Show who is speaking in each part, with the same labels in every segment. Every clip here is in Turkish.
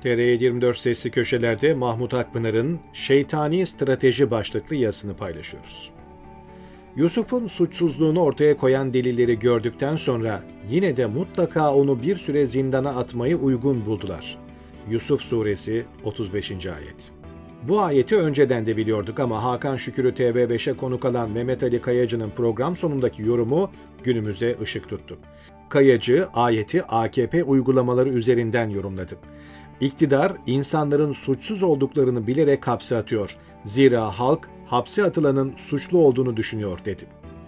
Speaker 1: TR24 Sesli Köşeler'de Mahmut Akpınar'ın Şeytani Strateji başlıklı yazısını paylaşıyoruz. Yusuf'un suçsuzluğunu ortaya koyan delilleri gördükten sonra yine de mutlaka onu bir süre zindana atmayı uygun buldular. Yusuf Suresi 35. ayet. Bu ayeti önceden de biliyorduk ama Hakan Şükür'ü TV5'e konuk alan Mehmet Ali Kayacı'nın program sonundaki yorumu günümüze ışık tuttu. Kayacı ayeti AKP uygulamaları üzerinden yorumladı. İktidar, insanların suçsuz olduklarını bilerek hapse atıyor. Zira halk, hapse atılanın suçlu olduğunu düşünüyor dedi.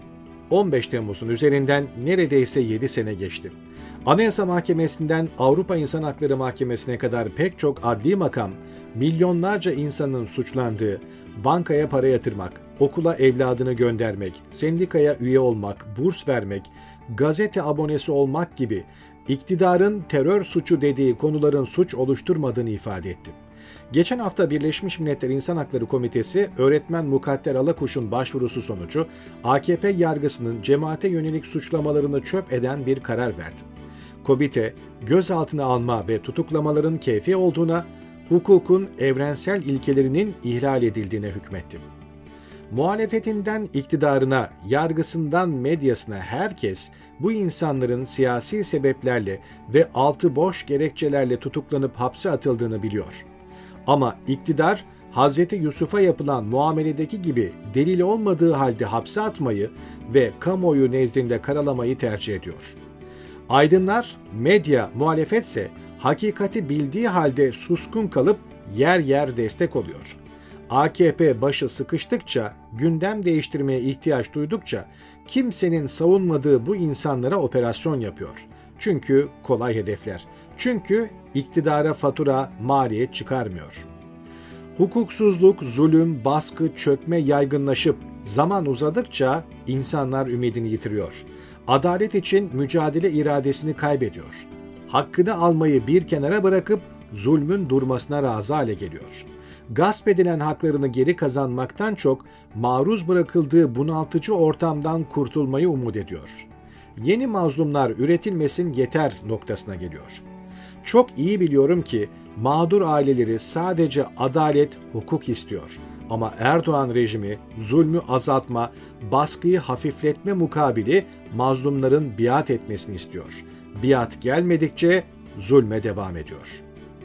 Speaker 1: 15 Temmuz'un üzerinden neredeyse 7 sene geçti. Anayasa Mahkemesi'nden Avrupa İnsan Hakları Mahkemesi'ne kadar pek çok adli makam, milyonlarca insanın suçlandığı, bankaya para yatırmak, okula evladını göndermek, sendikaya üye olmak, burs vermek, gazete abonesi olmak gibi iktidarın terör suçu dediği konuların suç oluşturmadığını ifade etti. Geçen hafta Birleşmiş Milletler İnsan Hakları Komitesi, öğretmen Mukadder Alakuş'un başvurusu sonucu AKP yargısının cemaate yönelik suçlamalarını çöp eden bir karar verdi. Komite, gözaltına alma ve tutuklamaların keyfi olduğuna, hukukun evrensel ilkelerinin ihlal edildiğine hükmetti. Muhalefetinden iktidarına, yargısından medyasına herkes bu insanların siyasi sebeplerle ve altı boş gerekçelerle tutuklanıp hapse atıldığını biliyor. Ama iktidar, Hazreti Yusuf'a yapılan muameledeki gibi delil olmadığı halde hapse atmayı ve kamuoyu nezdinde karalamayı tercih ediyor. Aydınlar, medya, muhalefetse hakikati bildiği halde suskun kalıp yer yer destek oluyor. AKP başı sıkıştıkça, gündem değiştirmeye ihtiyaç duydukça kimsenin savunmadığı bu insanlara operasyon yapıyor. Çünkü kolay hedefler. Çünkü iktidara fatura, maliyet çıkarmıyor. Hukuksuzluk, zulüm, baskı, çökme yaygınlaşıp zaman uzadıkça insanlar ümidini yitiriyor. Adalet için mücadele iradesini kaybediyor. Hakkını almayı bir kenara bırakıp zulmün durmasına razı hale geliyor. Gasp edilen haklarını geri kazanmaktan çok maruz bırakıldığı bunaltıcı ortamdan kurtulmayı umut ediyor. Yeni mazlumlar üretilmesin yeter noktasına geliyor. Çok iyi biliyorum ki mağdur aileleri sadece adalet, hukuk istiyor. Ama Erdoğan rejimi zulmü azaltma, baskıyı hafifletme mukabili mazlumların biat etmesini istiyor. Biat gelmedikçe zulme devam ediyor.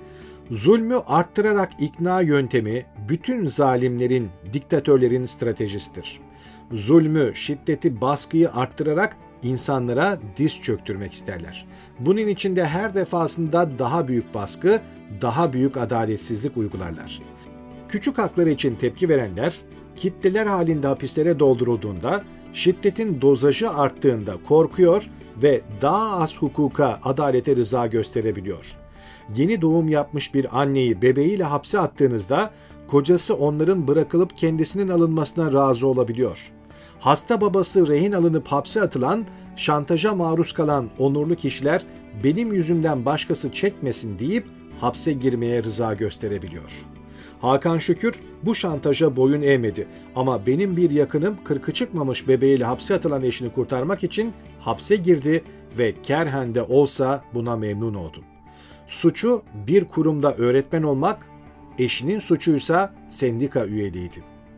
Speaker 1: Zulmü arttırarak ikna yöntemi bütün zalimlerin, diktatörlerin stratejisidir. Zulmü, şiddeti, baskıyı arttırarak insanlara diz çöktürmek isterler. Bunun için de her defasında daha büyük baskı, daha büyük adaletsizlik uygularlar. Küçük hakları için tepki verenler, kitleler halinde hapislere doldurulduğunda, şiddetin dozajı arttığında korkuyor ve daha az hukuka, adalete rıza gösterebiliyor. Yeni doğum yapmış bir anneyi bebeğiyle hapse attığınızda, kocası onların bırakılıp kendisinin alınmasına razı olabiliyor. Hasta babası rehin alınıp hapse atılan, şantaja maruz kalan onurlu kişiler benim yüzümden başkası çekmesin deyip hapse girmeye rıza gösterebiliyor. Hakan Şükür bu şantaja boyun eğmedi ama benim bir yakınım kırkı çıkmamış bebeğiyle hapse atılan eşini kurtarmak için hapse girdi ve kerhen de olsa buna memnun oldum. Suçu bir kurumda öğretmen olmak, eşinin suçuysa sendika üyeliğiydi.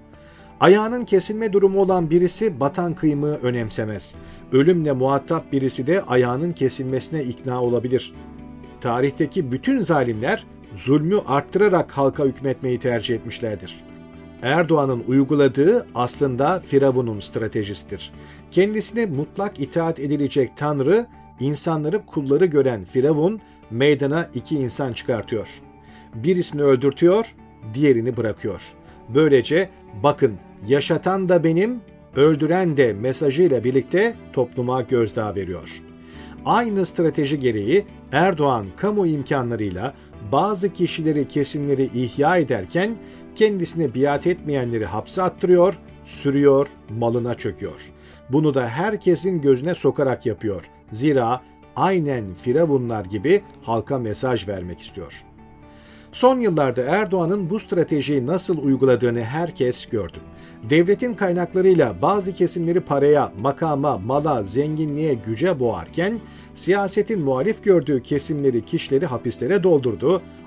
Speaker 1: Ayağının kesilme durumu olan birisi batan kıymığı önemsemez. Ölümle muhatap birisi de ayağının kesilmesine ikna olabilir. Tarihteki bütün zalimler zulmü arttırarak halka hükmetmeyi tercih etmişlerdir. Erdoğan'ın uyguladığı aslında Firavun'un stratejisidir. Kendisine mutlak itaat edilecek Tanrı, insanları kulları gören Firavun meydana iki insan çıkartıyor. Birisini öldürtüyor, diğerini bırakıyor. Böylece bakın yaşatan da benim, öldüren de mesajıyla birlikte topluma gözdağı veriyor. Aynı strateji gereği Erdoğan kamu imkanlarıyla bazı kişileri, kesimleri ihya ederken kendisine biat etmeyenleri hapse attırıyor, sürüyor, malına çöküyor. Bunu da herkesin gözüne sokarak yapıyor. Zira aynen Firavunlar gibi halka mesaj vermek istiyor. Son yıllarda Erdoğan'ın bu stratejiyi nasıl uyguladığını herkes gördü. Devletin kaynaklarıyla bazı kesimleri paraya, makama, mala, zenginliğe, güce boğarken siyasetin muhalif gördüğü kesimleri, kişileri hapislere doldurdu,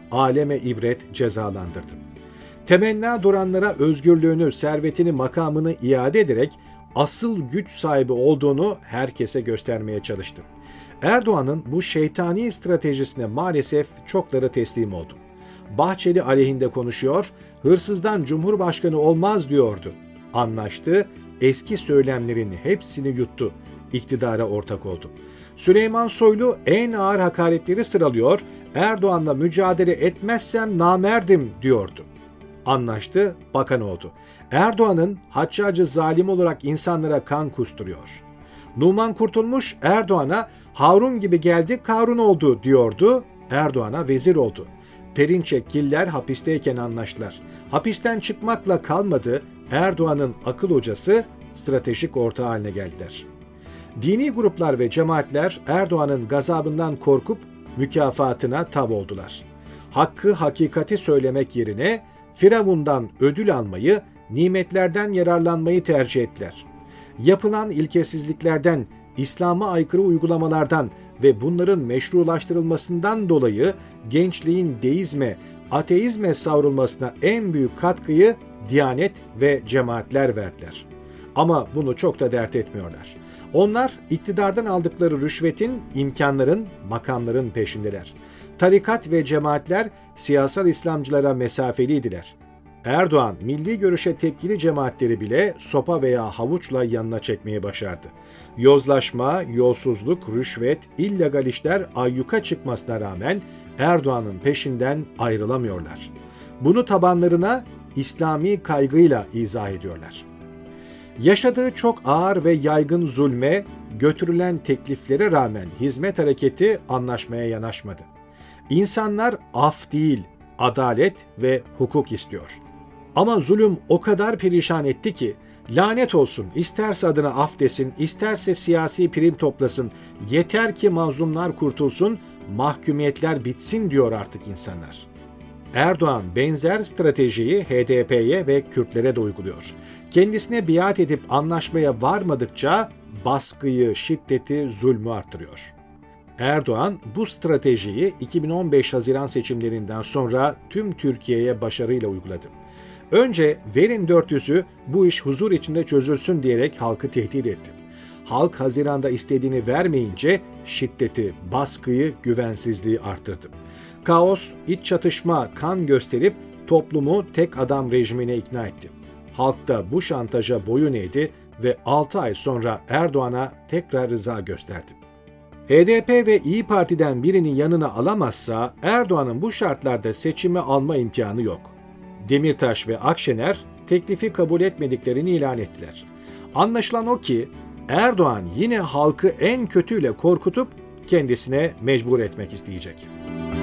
Speaker 1: aleme ibret cezalandırdı. Temenna duranlara özgürlüğünü, servetini, makamını iade ederek asıl güç sahibi olduğunu herkese göstermeye çalıştı. Erdoğan'ın bu şeytani stratejisine maalesef çokları teslim oldu. Bahçeli aleyhinde konuşuyor, hırsızdan cumhurbaşkanı olmaz diyordu. Anlaştı, eski söylemlerin hepsini yuttu, iktidara ortak oldu. Süleyman Soylu en ağır hakaretleri sıralıyor, Erdoğan'la mücadele etmezsem namerdim diyordu. Anlaştı, bakan oldu. Erdoğan'ın Haccacı zalim olarak insanlara kan kusturuyor. Numan Kurtulmuş Erdoğan'a Harun gibi geldi Karun oldu diyordu, Erdoğan'a vezir oldu. Perinçek, Killer hapisteyken anlaştılar. Hapisten çıkmakla kalmadı, Erdoğan'ın akıl hocası, stratejik ortağı haline geldiler. Dini gruplar ve cemaatler Erdoğan'ın gazabından korkup mükafatına tav oldular. Hakkı, hakikati söylemek yerine Firavundan ödül almayı, nimetlerden yararlanmayı tercih ettiler. Yapılan ilkesizliklerden, İslam'a aykırı uygulamalardan ve bunların meşrulaştırılmasından dolayı gençliğin deizme, ateizme savrulmasına en büyük katkıyı Diyanet ve cemaatler verdiler. Ama bunu çok da dert etmiyorlar. Onlar iktidardan aldıkları rüşvetin, imkanların, makamların peşindeler. Tarikat ve cemaatler siyasal İslamcılara mesafeliydiler. Erdoğan, milli görüşe tepkili cemaatleri bile sopa veya havuçla yanına çekmeyi başardı. Yozlaşma, yolsuzluk, rüşvet, illegal işler ayyuka çıkmasına rağmen Erdoğan'ın peşinden ayrılamıyorlar. Bunu tabanlarına İslami kaygıyla izah ediyorlar. Yaşadığı çok ağır ve yaygın zulme, götürülen tekliflere rağmen hizmet hareketi anlaşmaya yanaşmadı. İnsanlar af değil, adalet ve hukuk istiyor. Ama zulüm o kadar perişan etti ki, lanet olsun, isterse adına af desin, isterse siyasi prim toplasın, yeter ki mazlumlar kurtulsun, mahkumiyetler bitsin diyor artık insanlar. Erdoğan benzer stratejiyi HDP'ye ve Kürtlere de uyguluyor. Kendisine biat edip anlaşmaya varmadıkça baskıyı, şiddeti, zulmü artırıyor. Erdoğan bu stratejiyi 2015 Haziran seçimlerinden sonra tüm Türkiye'ye başarıyla uyguladı. Önce verin 400'ü bu iş huzur içinde çözülsün diyerek halkı tehdit etti. Halk Haziran'da istediğini vermeyince şiddeti, baskıyı, güvensizliği arttırdı. Kaos, iç çatışma, kan gösterip toplumu tek adam rejimine ikna etti. Halk da bu şantaja boyun eğdi ve 6 ay sonra Erdoğan'a tekrar rıza gösterdi. HDP ve İyi Parti'den birini yanına alamazsa Erdoğan'ın bu şartlarda seçimi alma imkanı yok. Demirtaş ve Akşener teklifi kabul etmediklerini ilan ettiler. Anlaşılan o ki Erdoğan yine halkı en kötüyle korkutup kendisine mecbur etmek isteyecek.